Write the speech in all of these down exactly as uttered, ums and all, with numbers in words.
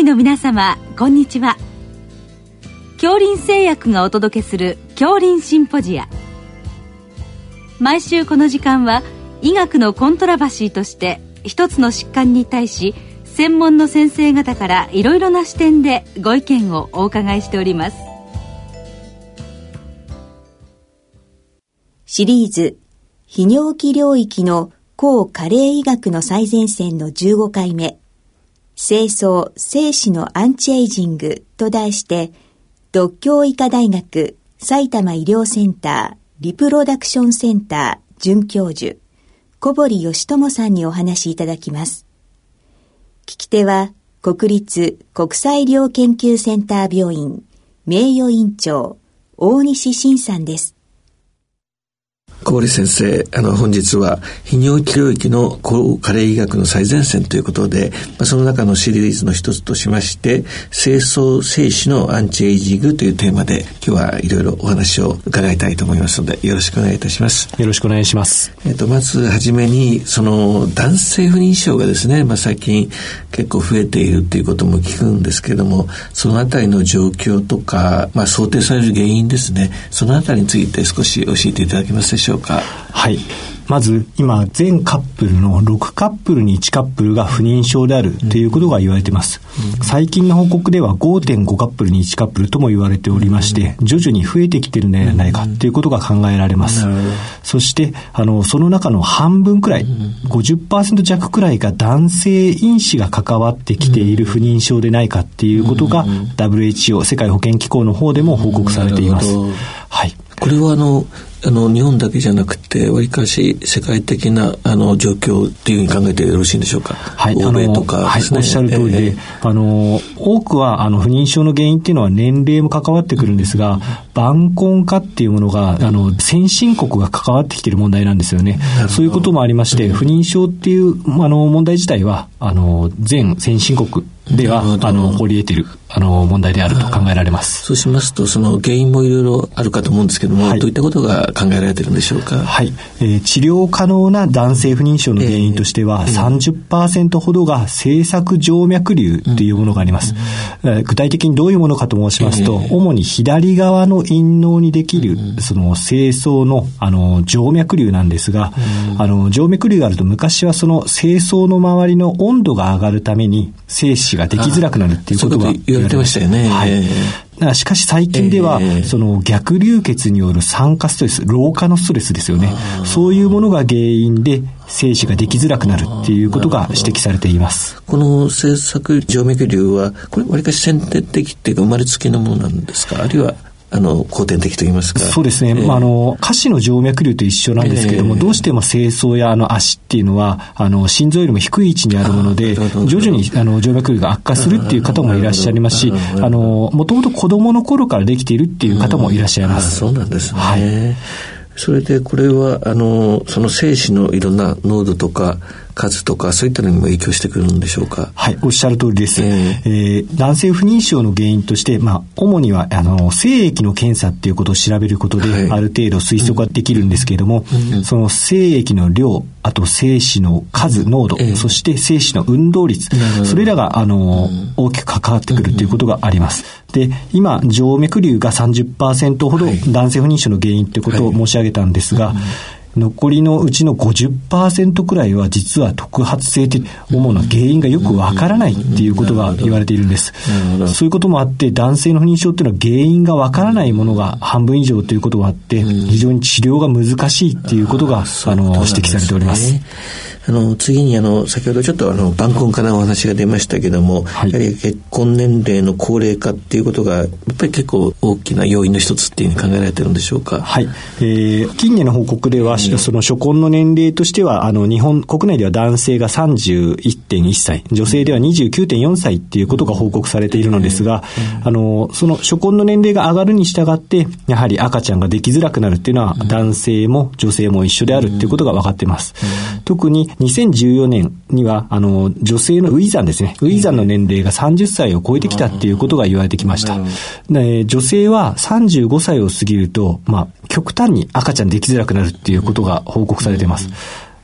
の皆様、こんにちは。杏林製薬がお届けする杏林シンポジア。毎週この時間は医学のコントラバシーとして一つの疾患に対し専門の先生方からいろいろな視点でご意見をお伺いしております。 シリーズ泌尿器領域の抗加齢医学の最前線のじゅうごかいめ、精巣・精子のアンチエイジングと題して、獨協医科大学埼玉医療センターリプロダクションセンター准教授小堀義友さんにお話しいただきます。聞き手は国立国際医療研究センター病院名誉院長大西晋さんです。 小堀先生、あの本日は泌尿器領域の抗加齢医学の最前線ということで、まあ、その中のシリーズの一つとしまして精巣精子のアンチエイジングというテーマで今日はいろいろお話を伺いたいと思いますのでよろしくお願いいたします。 よろしくお願いします。 えっと、まずはじめにその男性不妊症がですね、まあ、最近結構増えているということも聞くんですけれども、そのあたりの状況とか、まあ、想定される原因ですね、そのあたりについて少し教えていただけますでしょうか。 はい。まず今全カップルのろくカップルにいちカップルが不妊症であるということが言われています、うん、最近の報告では ごてんご カップルにいちカップルとも言われておりまして、徐々に増えてきているのではないかということが考えられます、うん、そしてあのその中の半分くらい ごじゅっパーセント 弱くらいが男性因子が関わってきている不妊症でないかということが ダブリューエイチオー 世界保健機構の方でも報告されています。はい。 これはあのあの日本だけじゃなくてわりかし世界的なあの状況というふうに考えてよろしいんでしょうか。 はい、 欧米とかですね、 はい、おっしゃる通りで、えー、あの多くはあの不妊症の原因っていうのは年齢も関わってくるんですが、晩婚化っていうものがあの先進国が関わってきている問題なんですよね。そういうこともありまして、うん、不妊症っていうあの問題自体はあの全先進国ではあの起こり得ているあの問題であると考えられます。 そうしますとその原因もいろいろあるかと思うんですけども、はい、どういったことが考えられているんでしょうか。 はい、えー、治療可能な男性不妊症の原因としては、えー、さんじゅっパーセント ほどが精索静脈瘤というものがあります、うん、具体的にどういうものかと申しますと、えー、主に左側の陰嚢にできる、うん、その精巣の、あの静脈瘤なんですが、うん、あの静脈瘤があると昔はその精巣の周りの温度が上がるために精子ができづらくなるっていうことが言われてましたよね。 はい。しかし最近では、えー、その逆流血による酸化ストレス、老化のストレスですよね。そういうものが原因で精子ができづらくなるっていうことが指摘されています。 この精索静脈瘤はこれわりかし先天的っていうか生まれつきのものなんですか、あるいはあの後天的と言いますか。 そうですね、えーまあ、あの下肢の静脈瘤と一緒なんですけれども、えー、どうしても精巣やあの足っていうのはあの心臓よりも低い位置にあるもので徐々にあの静脈瘤が悪化するっていう方もいらっしゃいますし、あのもともと子供の頃からできているっていう方もいらっしゃいます。 そうなんですね、 はい。 それでこれはあのその精子のいろんな濃度とか数とかそういったのにも影響してくるんでしょうか。 はい、おっしゃる通りです、えーえー、男性不妊症の原因として、まあ、主にはあの精液の検査っていうことを調べることで、はい、ある程度推測ができるんですけれども、うん、その精液の量、あと精子の数、濃度、えー、そして精子の運動率、それらがあの、うん、大きく関わってくるということがあります。で、今静脈瘤が さんじゅっパーセント ほど男性不妊症の原因ということを申し上げたんですが、はい、うん、残りのうちの ごじゅっパーセント くらいは実は特発性的主な原因がよくわからないっていうことが言われているんです。そういうこともあって男性の不妊症っていうのは原因がわからないものが半分以上ということがあって非常に治療が難しいっていうことがあの指摘されております。 あの次にあの先ほどちょっとあの晩婚化のお話が出ましたけども、はい、やはり結婚年齢の高齢化っていうことがやっぱり結構大きな要因の一つっていうふうに考えられてるんでしょうか。 はい、えー、近年の報告では、うん、その初婚の年齢としてはあの日本国内では男性が さんじゅういってんいっさい、女性では にじゅうきゅうてんよんさいっていうことが報告されているのですが、うん、あのその初婚の年齢が上がるに従ってやはり赤ちゃんができづらくなるっていうのは、うん、男性も女性も一緒であるっていうことが分かっています、うん、特ににせんじゅうよねんにはあの女性の初産ですね、初産の年齢がさんじゅっさいを超えてきたっていうことが言われてきました。で、女性はさんじゅうごさいを過ぎると、まあ、極端に赤ちゃんできづらくなるっていうことが報告されています。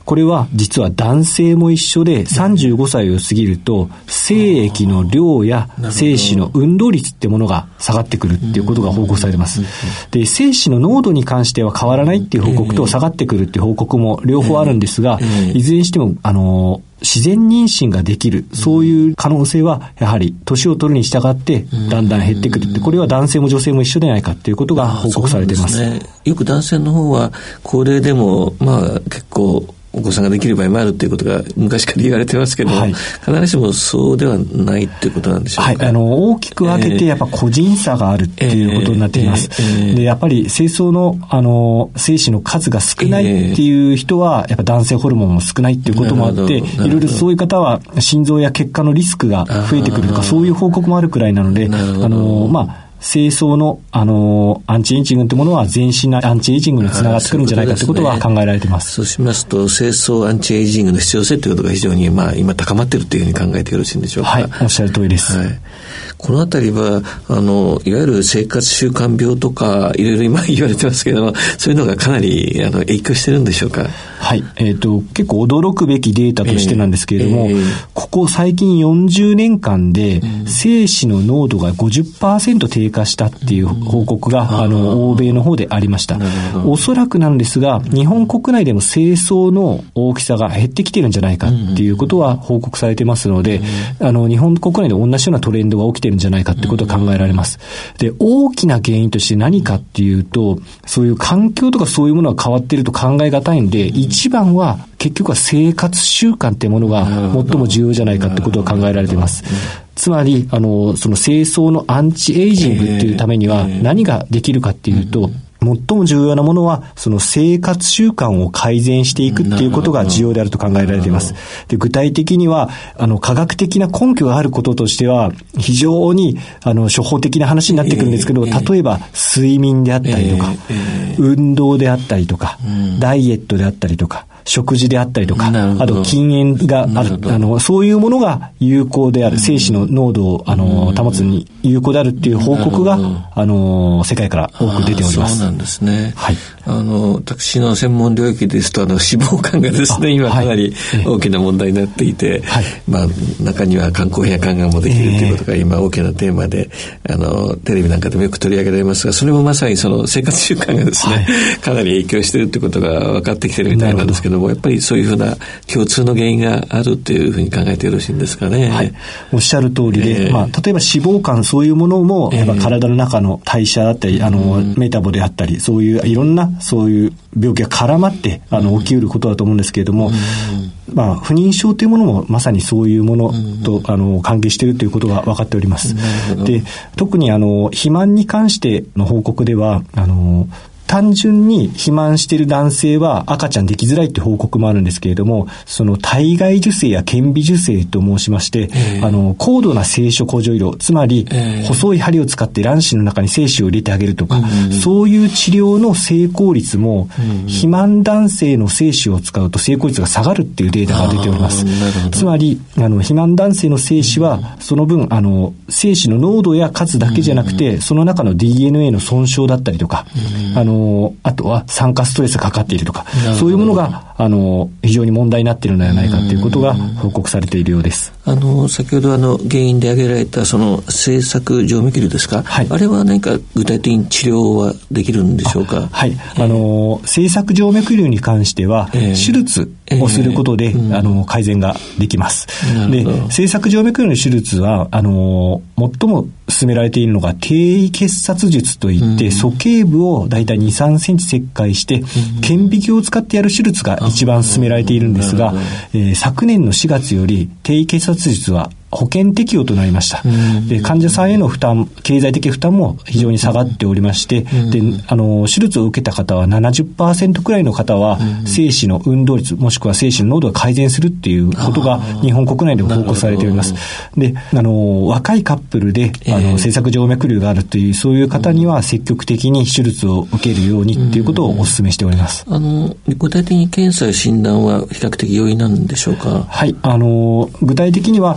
これは実は男性も一緒でさんじゅうごさいを過ぎると精液の量や精子の運動率ってものが下がってくるっていうことが報告されてます。で、精子の濃度に関しては変わらないっていう報告と下がってくるっていう報告も両方あるんですが、いずれにしてもあの自然妊娠ができる、そういう可能性はやはり年を取るに従ってだんだん減ってくるって、これは男性も女性も一緒でないかっていうことが報告されています。 そうですね。よく男性の方は高齢でもまあ結構お子さんができる場合もあるということが昔から言われてますけど、はい、必ずしもそうではないということなんでしょうか。 はい、あの大きく分けてやっぱ個人差があるっていうことになっています。えーえーえー、でやっぱり精巣のあの精子の数が少ないっていう人はやっぱ男性ホルモンも少ないっていうこともあって、いろいろそういう方は心臓や血管のリスクが増えてくるとか、そういう報告もあるくらいなので、あのまあ精巣の、あのー、アンチエイジングというものは全身のアンチエイジングにつながってくるんじゃないかということは考えられています。 そうしますと、精巣アンチエイジングの必要性ということが非常に、まあ、今高まっているというふうに考えてよろしいんでしょうか。 はい、おっしゃる通りです。 はい、このあたりは、あの、いわゆる生活習慣病とか、いろいろ今言われてますけれども、そういうのがかなり、あの、影響してるんでしょうか。 はい、えっと、結構驚くべきデータとしてなんですけれども、えーえー、ここ最近よんじゅうねんかんで、精子の濃度が ごじゅっパーセント 低下したっていう報告が、うん、あの、欧米の方でありました。おそらくなんですが、日本国内でも精巣の大きさが減ってきてるんじゃないかっていうことは報告されてますので、うん、あの、日本国内で同じようなトレンドが起きてるんじゃないかってことが考えられます。で、大きな原因として何かっていうと、そういう環境とかそういうものが変わっていると考えがたいんで、一番は結局は生活習慣っていうものが最も重要じゃないかってことが考えられています。つまり、あの、その精巣のアンチエイジングっていうためには何ができるかっていうと、最も重要なものは、その生活習慣を改善していくっていうことが重要であると考えられています。で、具体的には、あの、科学的な根拠があることとしては、非常に、あの、処方的な話になってくるんですけど、例えば、睡眠であったりとか、運動であったりとか、ダイエットであったりとか、食事であったりとか、あと禁煙がある、あの、そういうものが有効である、精子の濃度を、あの、保つに有効であるっていう報告が、あの、世界から多く出ております。 そうなんですね。 はい。 あの、私の専門領域ですと、あの、脂肪肝がですね、今かなり大きな問題になっていて、はい、まあ、中には肝硬変や肝がんもできるということが今大きなテーマで、あの、テレビなんかでもよく取り上げられますが、それもまさにその生活習慣がですね、はい、かなり影響しているということが分かってきているみたいなんですけども、やっぱりそういうふうな共通の原因があるというふうに考えてよろしいんですかね。 はい。おっしゃる通りで、えー、まあ、例えば脂肪肝そういうものも、やっぱ体の中の代謝だったり、あの、メタボであったり、そういういろんなそういう病気が絡まって、あの、起きうることだと思うんですけれども、まあ、不妊症というものもまさにそういうものと、あの、関係しているということが分かっております。で、特にあの、肥満に関しての報告では、あの、単純に肥満している男性は赤ちゃんできづらいって報告もあるんですけれども、その体外受精や顕微受精と申しまして、えー、あの高度な生殖補助医療、つまり、えー、細い針を使って卵子の中に精子を入れてあげるとか、うん、そういう治療の成功率も、うん、肥満男性の精子を使うと成功率が下がるっていうデータが出ております。つまりあの肥満男性の精子はその分あの精子の濃度や数だけじゃなくて、うん、その中の ディーエヌエー の損傷だったりとか、うん、あのあとは酸化ストレスがかかっているとか、そういうものがあの非常に問題になっているのではないかということが報告されているようです。 あの先ほどあの原因で挙げられたその制作静脈瘤ですか、はい、あれは何か具体的に治療はできるんでしょうか。 はい、えー、あの制作静脈瘤に関しては、えー、手術をすることで、えー、あの改善ができます。で、制作静脈瘤の手術はあの最も進められているのが低位結紮術といって、うん、鼠径部をだいたいに、さんセンチ切開して、うん、顕微鏡を使ってやる手術が一番進められているんですが、えー、昨年のしがつより低位結紮術は保険適用となりました。で、患者さんへの負担、経済的負担も非常に下がっておりまして、で、あの、手術を受けた方は ななじゅっパーセント くらいの方は、精子の運動率、もしくは精子の濃度が改善するっていうことが日本国内でも報告されております。で、あの、若いカップルで、あの、制作静脈瘤があるという、そういう方には積極的に手術を受けるようにっていうことをお勧めしております。 あの、具体的に検査や診断は比較的容易なんでしょうか。 はい、あの、具体的には、見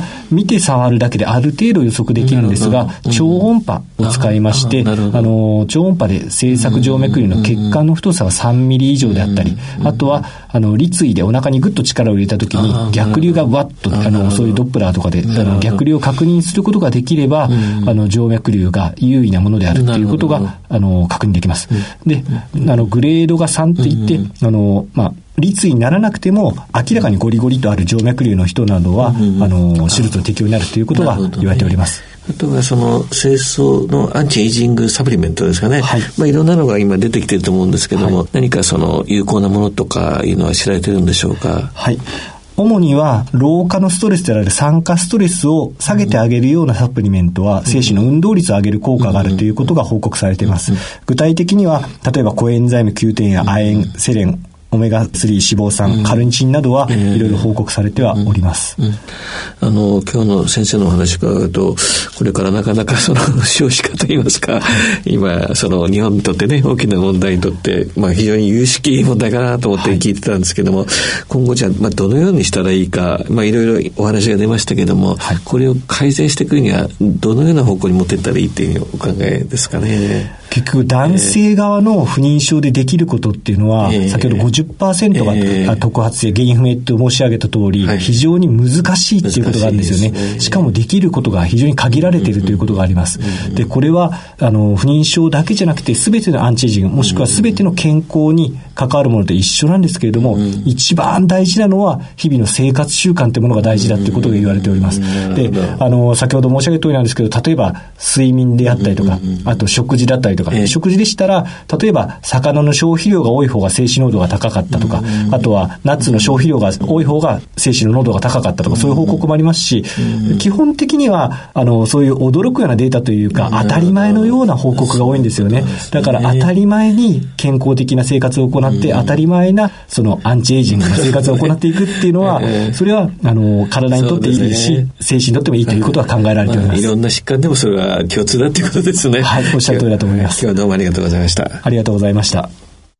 て触るだけである程度予測できるんですが、超音波を使いまして、あの超音波で正錯静脈瘤の血管の太さはさんミリ以上であったり、あとはあの立位でお腹にグッと力を入れた時に逆流がワッとあのそういうドップラーとかであの逆流を確認することができれば、あの静脈瘤が優位なものであるということがあの確認できます。で、あのグレードがさんといって、あのまあ立位にならなくても明らかにゴリゴリとある静脈瘤の人などは、うんうん、あの手術の適用になるということが言われております。 あとはその清掃のアンチエイジングサプリメントですかね、はい、まあ、いろんなのが今出てきていると思うんですけども、はい、何かその有効なものとかいうのは知られているんでしょうか。 はい、主には老化のストレスである酸化ストレスを下げてあげるようなサプリメントは精子の運動率を上げる効果があるということが報告されています。具体的には例えばコエンザイム キューテン や亜鉛、セレン、オメガスリー脂肪酸、カルニチンなどはいろいろ報告されてはおります。 うんうんうん、あの今日の先生のお話を伺うと、これからなかなかその少子化といいますか、今その日本にとってね大きな問題にとって、まあ、非常に有識問題かなと思って聞いてたんですけども、はい、今後じゃあ、まあ、どのようにしたらいいか、まあ、いろいろお話が出ましたけども、はい、これを改善していくにはどのような方向に持っていったらいいというお考えですかね。 結局男性側の不妊症でできることっていうのは、えー、先ほど ごじゅっパーセント が特発性、原因不明と申し上げた通り、はい、非常に難しいっていうことがあるんですよね。しねしかもできることが非常に限られているということがあります。うんうん、でこれはあの不妊症だけじゃなくて全てのアンチエイジングもしくは全ての健康に関わるものと一緒なんですけれども、うんうん、一番大事なのは日々の生活習慣というものが大事だということが言われております。うんうん、であの先ほど申し上げた通りなんですけど、例えば睡眠であったりとか、あと食事だったりとか、えー、食事でしたら例えば魚の消費量が多い方が精子濃度が高かったとか、うん、あとはナッツの消費量が多い方が精子の濃度が高かったとか、そういう報告もありますし、うん、基本的にはあのそういう驚くようなデータというか、うん、当たり前のような報告が多いんですよね。だから当たり前に健康的な生活を行って、うん、当たり前なそのアンチエイジングの生活を行っていくっていうのは、それはあの体にとっていいし、ね、精子にとってもいいということは考えられております。 まあ、いろんな疾患でもそれは共通だということですね。 はい、おっしゃる通りだと思います。 今日はどうもありがとうございました。 ありがとうございました。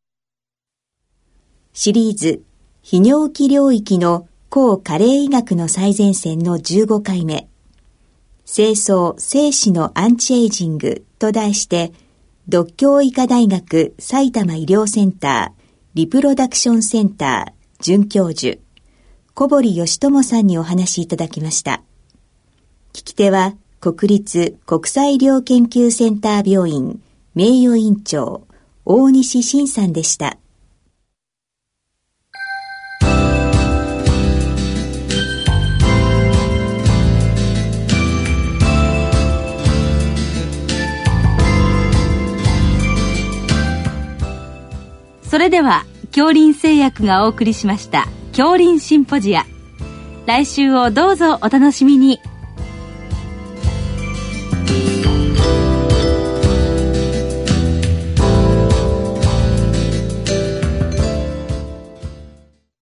シリーズ泌尿器領域の抗加齢医学の最前線のじゅうごかいめ、精巣・精子のアンチエイジングと題して、獨協医科大学埼玉医療センターリプロダクションセンター准教授小堀義智さんにお話しいただきました。聞き手は国立国際医療研究センター病院名誉院長大西晋さんでした。 それでは杏林製薬がお送りしました杏林シンポジア、来週をどうぞお楽しみに。